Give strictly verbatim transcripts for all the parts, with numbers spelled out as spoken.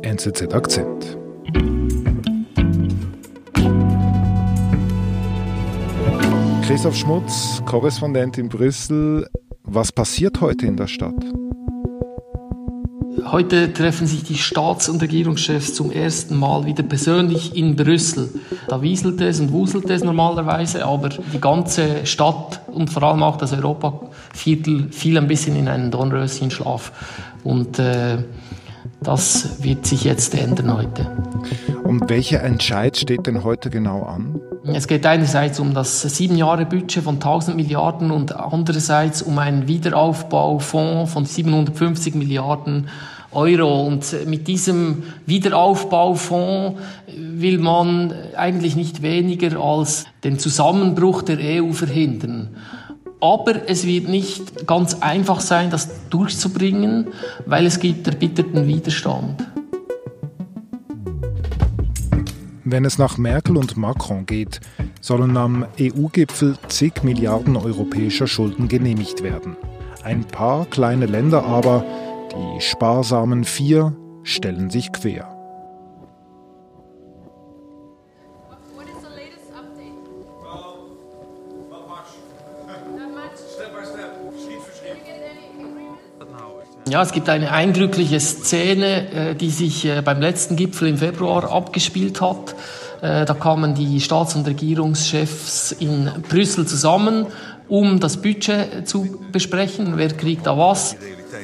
N Z Z Akzent. Christoph Schmutz, Korrespondent in Brüssel. Was passiert heute in der Stadt? Heute treffen sich die Staats- und Regierungschefs zum ersten Mal wieder persönlich in Brüssel. Da wieselt es und wuselt es normalerweise, aber die ganze Stadt und vor allem auch das Europaviertel fiel ein bisschen in einen Dornröschenschlaf. Und äh, das wird sich jetzt ändern heute. Und welcher Entscheid steht denn heute genau an? Es geht einerseits um das sieben Jahre Budget von tausend Milliarden und andererseits um einen Wiederaufbaufonds von siebenhundertfünfzig Milliarden Euro. Und mit diesem Wiederaufbaufonds will man eigentlich nicht weniger als den Zusammenbruch der E U verhindern. Aber es wird nicht ganz einfach sein, das durchzubringen, weil es gibt erbitterten Widerstand. Wenn es nach Merkel und Macron geht, sollen am E U-Gipfel zig Milliarden europäischer Schulden genehmigt werden. Ein paar kleine Länder aber, die sparsamen Vier, stellen sich quer. Ja, es gibt eine eindrückliche Szene, die sich beim letzten Gipfel im Februar abgespielt hat. Da kamen die Staats- und Regierungschefs in Brüssel zusammen, um das Budget zu besprechen. Wer kriegt da was?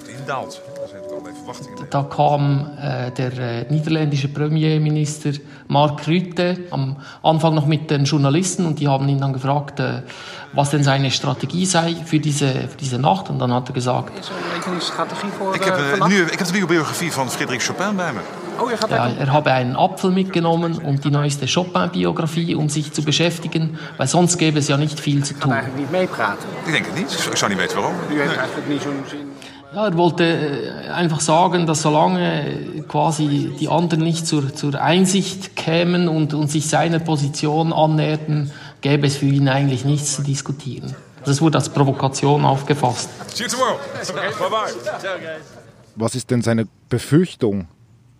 Da kam äh, der äh, niederländische Premierminister Mark Rutte am Anfang noch mit den Journalisten und die haben ihn dann gefragt, äh, was denn seine Strategie sei für diese, für diese Nacht. Und dann hat er gesagt... Is er een beetje een strategie voor Ik heb, uh, uh, nu, ik heb de nieuwe biografie van Frédéric Chopin bij me. Oh, je gaat ja, er habe einen Apfel mitgenommen und die neueste Chopin-Biografie, um sich zu beschäftigen, weil sonst gäbe es ja nicht viel zu Ik tun. ga eigenlijk niet meepraten. Ik denk het niet. Ik zou niet weten waarom. U heeft eigenlijk niet zo'n zin. Ja, er wollte äh, einfach sagen, dass solange quasi die anderen nicht zur, zur Einsicht kämen und, und sich seiner Position annäherten, gäbe es für ihn eigentlich nichts zu diskutieren. Das wurde als Provokation aufgefasst. See you tomorrow. Bye bye. Was ist denn seine Befürchtung?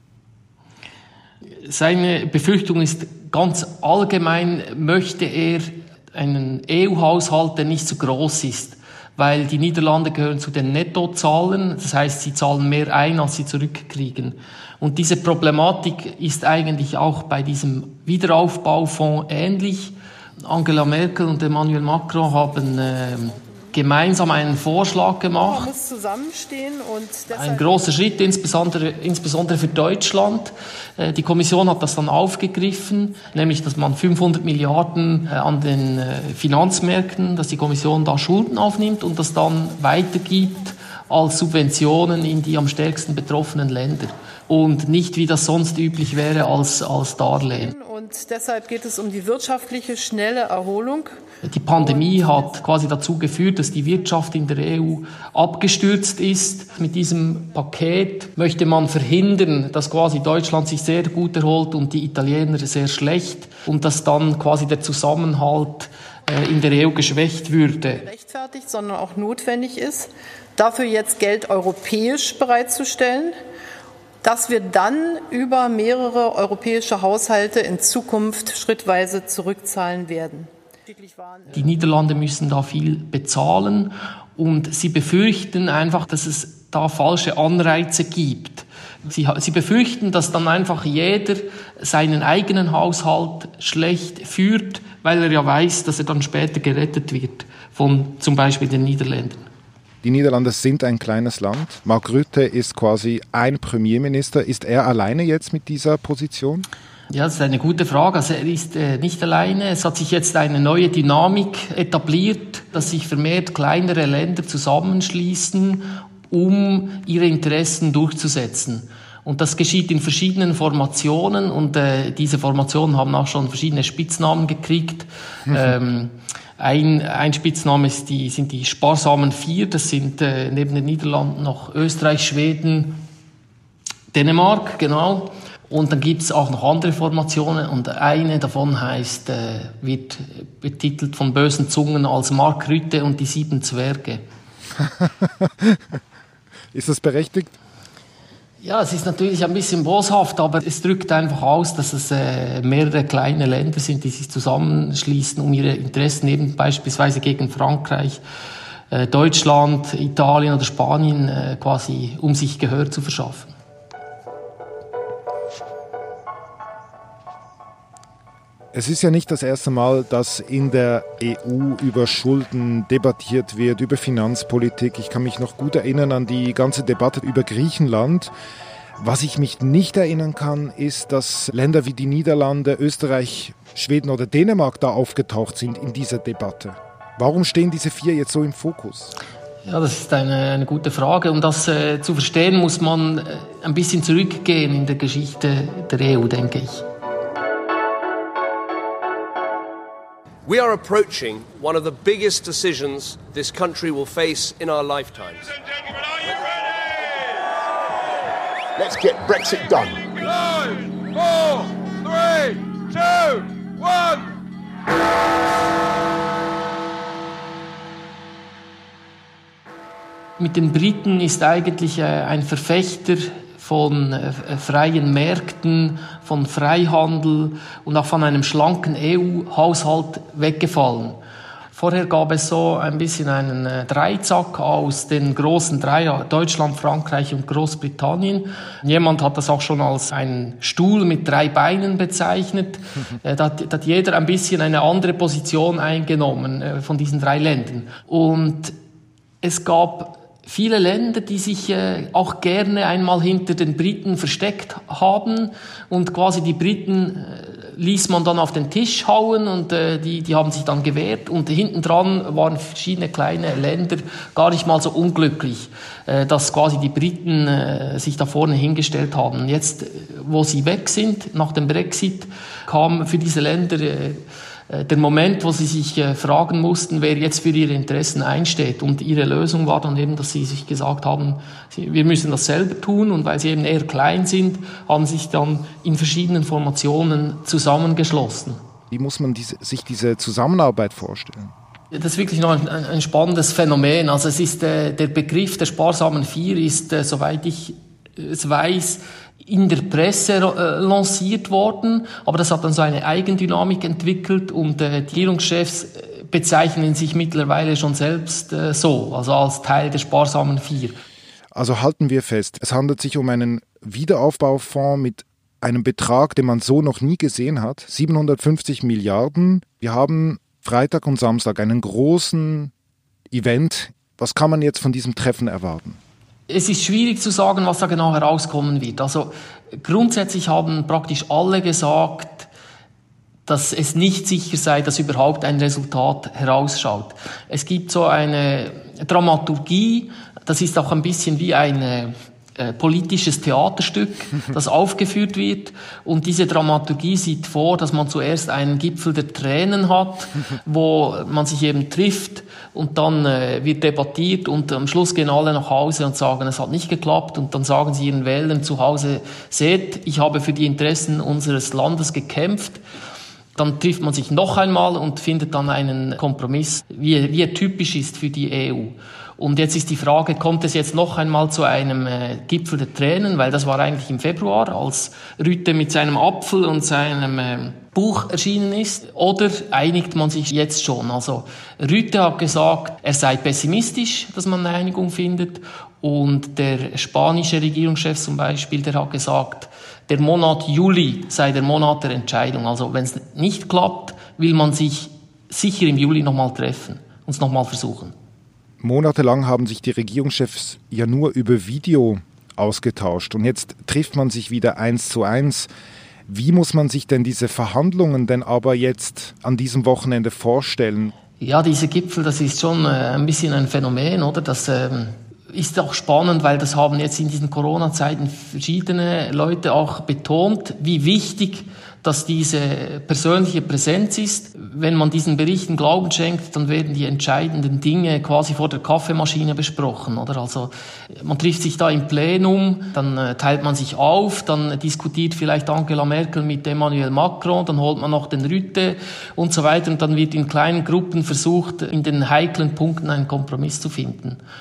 Seine Befürchtung ist ganz allgemein, möchte er einen E U-Haushalt, der nicht zu groß ist. Weil die Niederlande gehören zu den Nettozahlen, das heißt, sie zahlen mehr ein, als sie zurückkriegen. Und diese Problematik ist eigentlich auch bei diesem Wiederaufbaufonds ähnlich. Angela Merkel und Emmanuel Macron haben äh, gemeinsam einen Vorschlag gemacht. Man muss zusammenstehen und ein großer Schritt, insbesondere, insbesondere für Deutschland. Äh, die Kommission hat das dann aufgegriffen, nämlich, dass man fünfhundert Milliarden äh, an den äh, Finanzmärkten, dass die Kommission da Schulden aufnimmt und das dann weitergibt als Subventionen in die am stärksten betroffenen Länder. Und nicht, wie das sonst üblich wäre, als, als Darlehen. Und deshalb geht es um die wirtschaftliche, schnelle Erholung. Die Pandemie hat quasi dazu geführt, dass die Wirtschaft in der E U abgestürzt ist. Mit diesem Paket möchte man verhindern, dass quasi Deutschland sich sehr gut erholt und die Italiener sehr schlecht und dass dann quasi der Zusammenhalt in der E U geschwächt würde. Rechtfertigt, sondern auch notwendig ist, dafür jetzt Geld europäisch bereitzustellen, dass wir dann über mehrere europäische Haushalte in Zukunft schrittweise zurückzahlen werden. Die Niederlande müssen da viel bezahlen und sie befürchten einfach, dass es da falsche Anreize gibt. Sie, sie befürchten, dass dann einfach jeder seinen eigenen Haushalt schlecht führt, weil er ja weiß, dass er dann später gerettet wird von zum Beispiel den Niederländern. Die Niederlande sind ein kleines Land. Mark Rutte ist quasi ein Premierminister. Ist er alleine jetzt mit dieser Position? Ja, das ist eine gute Frage. Also er ist äh, nicht alleine. Es hat sich jetzt eine neue Dynamik etabliert, dass sich vermehrt kleinere Länder zusammenschließen, um ihre Interessen durchzusetzen. Und das geschieht in verschiedenen Formationen und äh, diese Formationen haben auch schon verschiedene Spitznamen gekriegt. Mhm. Ähm, Ein, ein Spitzname ist die, sind die sparsamen Vier. Das sind äh, neben den Niederlanden noch Österreich, Schweden, Dänemark, genau. Und dann gibt es auch noch andere Formationen und eine davon heißt, äh, wird betitelt von bösen Zungen als Mark Rutte und die sieben Zwerge. Ist das berechtigt? Ja, es ist natürlich ein bisschen boshaft, aber es drückt einfach aus, dass es äh, mehrere kleine Länder sind, die sich zusammenschließen, um ihre Interessen eben beispielsweise gegen Frankreich, äh, Deutschland, Italien oder Spanien äh, quasi um sich Gehör zu verschaffen. Es ist ja nicht das erste Mal, dass in der E U über Schulden debattiert wird, über Finanzpolitik. Ich kann mich noch gut erinnern an die ganze Debatte über Griechenland. Was ich mich nicht erinnern kann, ist, dass Länder wie die Niederlande, Österreich, Schweden oder Dänemark da aufgetaucht sind in dieser Debatte. Warum stehen diese vier jetzt so im Fokus? Ja, das ist eine, eine gute Frage. Um das äh, zu verstehen, muss man äh, ein bisschen zurückgehen in der Geschichte der E U, denke ich. We are approaching one of the biggest decisions this country will face in our lifetimes. Let's get Brexit done. Five, four, three, two, one. Mit den Briten ist eigentlich äh, ein Verfechter von äh, freien Märkten, von Freihandel und auch von einem schlanken E U-Haushalt weggefallen. Vorher gab es so ein bisschen einen äh, Dreizack aus den großen drei, Deutschland, Frankreich und Großbritannien. Jemand hat das auch schon als einen Stuhl mit drei Beinen bezeichnet. äh, da, hat, da hat jeder ein bisschen eine andere Position eingenommen äh, von diesen drei Ländern. Und es gab viele Länder, die sich äh, auch gerne einmal hinter den Briten versteckt haben und quasi die Briten äh, ließ man dann auf den Tisch hauen und äh, die, die haben sich dann gewehrt und hinten dran waren verschiedene kleine Länder gar nicht mal so unglücklich, äh, dass quasi die Briten äh, sich da vorne hingestellt haben. Jetzt, wo sie weg sind, nach dem Brexit, kam für diese Länder äh, der Moment, wo sie sich äh, fragen mussten, wer jetzt für ihre Interessen einsteht. Und ihre Lösung war dann eben, dass sie sich gesagt haben, sie, wir müssen das selber tun. Und weil sie eben eher klein sind, haben sich dann in verschiedenen Formationen zusammengeschlossen. Wie muss man diese, sich diese Zusammenarbeit vorstellen? Das ist wirklich noch ein, ein spannendes Phänomen. Also es ist äh, der Begriff der sparsamen Vier ist, äh, soweit ich es weiß, in der Presse äh, lanciert worden, aber das hat dann so eine Eigendynamik entwickelt und äh, die Regierungschefs bezeichnen sich mittlerweile schon selbst äh, so, also als Teil der sparsamen Vier. Also halten wir fest, es handelt sich um einen Wiederaufbaufonds mit einem Betrag, den man so noch nie gesehen hat, siebenhundertfünfzig Milliarden. Wir haben Freitag und Samstag einen großen Event. Was kann man jetzt von diesem Treffen erwarten? Es ist schwierig zu sagen, was da genau herauskommen wird. Also grundsätzlich haben praktisch alle gesagt, dass es nicht sicher sei, dass überhaupt ein Resultat herausschaut. Es gibt so eine Dramaturgie, das ist auch ein bisschen wie ein äh, politisches Theaterstück, das aufgeführt wird. Und diese Dramaturgie sieht vor, dass man zuerst einen Gipfel der Tränen hat, wo man sich eben trifft und dann äh, wird debattiert und am Schluss gehen alle nach Hause und sagen, es hat nicht geklappt. Und dann sagen sie ihren Wählern zu Hause, seht, ich habe für die Interessen unseres Landes gekämpft. Dann trifft man sich noch einmal und findet dann einen Kompromiss, wie, wie er typisch ist für die E U. Und jetzt ist die Frage, kommt es jetzt noch einmal zu einem äh, Gipfel der Tränen, weil das war eigentlich im Februar, als Rutte mit seinem Apfel und seinem äh, Buch erschienen ist, oder einigt man sich jetzt schon? Also Rutte hat gesagt, er sei pessimistisch, dass man eine Einigung findet, und der spanische Regierungschef zum Beispiel, der hat gesagt, der Monat Juli sei der Monat der Entscheidung. Also wenn es nicht klappt, will man sich sicher im Juli nochmal treffen und es nochmal versuchen. Monatelang haben sich die Regierungschefs ja nur über Video ausgetauscht und jetzt trifft man sich wieder eins zu eins. Wie muss man sich denn diese Verhandlungen denn aber jetzt an diesem Wochenende vorstellen? Ja, diese Gipfel, das ist schon äh, ein bisschen ein Phänomen, oder? Das ähm, ist auch spannend, weil das haben jetzt in diesen Corona-Zeiten verschiedene Leute auch betont, wie wichtig dass diese persönliche Präsenz ist. Wenn man diesen Berichten Glauben schenkt, dann werden die entscheidenden Dinge quasi vor der Kaffeemaschine besprochen, oder? Also man trifft sich da im Plenum, dann äh, teilt man sich auf, dann diskutiert vielleicht Angela Merkel mit Emmanuel Macron, dann holt man noch den Rutte und so weiter, und dann wird in kleinen Gruppen versucht, in den heiklen Punkten einen Kompromiss zu finden.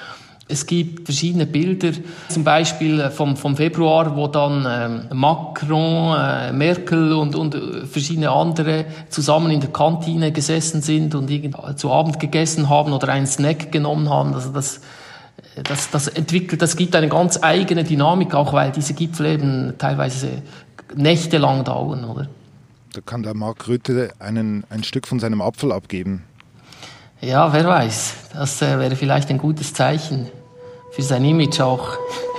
Es gibt verschiedene Bilder, zum Beispiel vom, vom Februar, wo dann ähm, Macron, äh, Merkel und, und verschiedene andere zusammen in der Kantine gesessen sind und irgend zu Abend gegessen haben oder einen Snack genommen haben. Also das, das, das entwickelt, das gibt eine ganz eigene Dynamik, auch weil diese Gipfel eben teilweise nächtelang dauern, oder? Da kann der Mark Rutte einen, ein Stück von seinem Apfel abgeben. Ja, wer weiß. Das äh, wäre vielleicht ein gutes Zeichen für sein Image auch.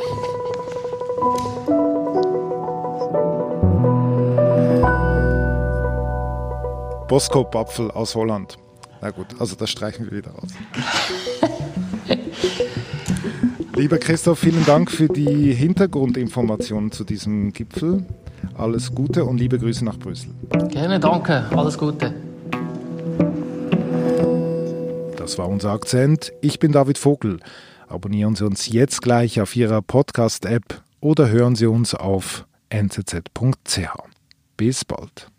Boskop-Apfel aus Holland. Na gut, also das streichen wir wieder aus. Lieber Christoph, vielen Dank für die Hintergrundinformationen zu diesem Gipfel. Alles Gute und liebe Grüße nach Brüssel. Gerne, danke. Alles Gute. Das war unser Akzent. Ich bin David Vogel. Abonnieren Sie uns jetzt gleich auf Ihrer Podcast-App oder hören Sie uns auf n z z punkt c h. Bis bald.